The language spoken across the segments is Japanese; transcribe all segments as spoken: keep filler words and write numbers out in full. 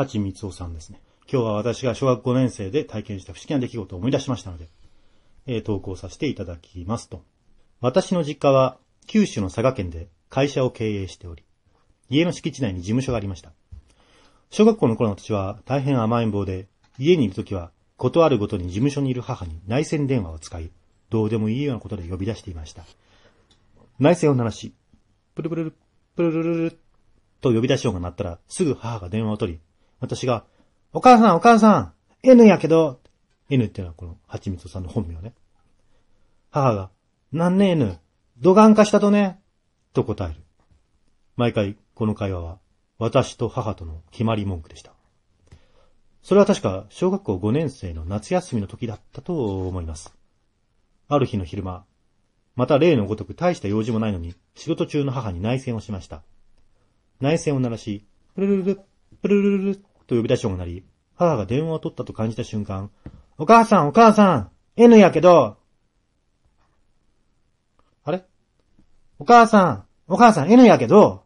八光夫さんですね。今日は私が小学ごねん生で体験した不思議な出来事を思い出しましたので、えー、投稿させていただきますと。私の実家は九州の佐賀県で会社を経営しており、家の敷地内に事務所がありました。小学校の頃の私は大変甘えん坊で、家にいるときはことあるごとに事務所にいる母に内線電話を使い、どうでもいいようなことで呼び出していました。内線を鳴らし、プルプルル、プルルルルと呼び出し音が鳴ったら、すぐ母が電話を取り、私が、お母さんお母さん N やけど N っていうのはこのはちみつさんの本名ね。母が、なんね N、どがんかしたとねと答える。毎回この会話は、私と母との決まり文句でした。それは確か小学校ごねん生の夏休みの時だったと思います。ある日の昼間、また例のごとく大した用事もないのに仕事中の母に内線をしました。内線を鳴らし、プルルルル、プルルルルと呼び出し音が鳴り、母が電話を取ったと感じた瞬間、お母さんお母さん N やけど、あれお母さんお母さん N やけど、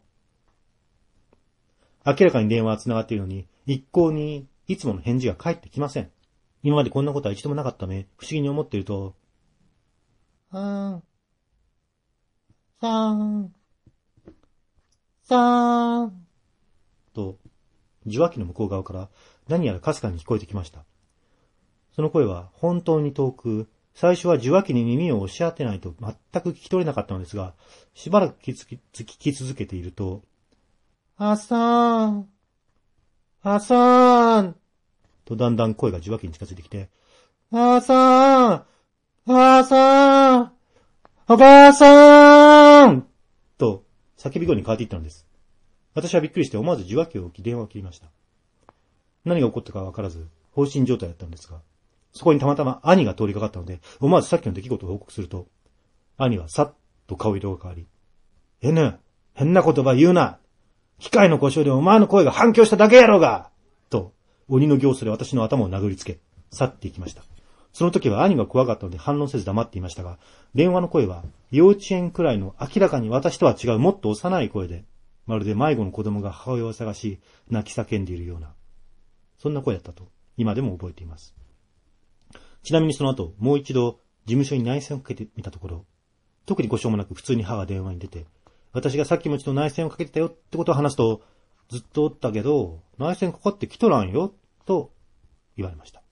明らかに電話は繋がっているのに、一向にいつもの返事が返ってきません。今までこんなことは一度もなかったため、不思議に思っていると、あーん、さーん、さーん、と、受話器の向こう側から何やらかすかに聞こえてきました。その声は本当に遠く、最初は受話器に耳を押し当てないと全く聞き取れなかったのですが、しばらく聞き続けていると、あさーん、あさーん、とだんだん声が受話器に近づいてきて、あさーん、あさーん、お母さーんと叫び声に変わっていったのです。私はびっくりして思わず受話器を置き電話を切りました。何が起こったかわからず、放心状態だったのですが、そこにたまたま兄が通りかかったので、思わずさっきの出来事を報告すると、兄はさっと顔色が変わり、N、変な言葉言うな。機械の故障でお前の声が反響しただけやろうがと、鬼の形相で私の頭を殴りつけ、去っていきました。その時は兄が怖かったので反論せず黙っていましたが、電話の声は幼稚園くらいの明らかに私とは違うもっと幼い声で、まるで迷子の子供が母親を探し、泣き叫んでいるような、そんな声だったと、今でも覚えています。ちなみにその後、もう一度事務所に内線をかけてみたところ、特に故障もなく普通に母が電話に出て、私がさっきも一度内線をかけてたよってことを話すと、ずっとおったけど、内線かかってきとらんよ、と言われました。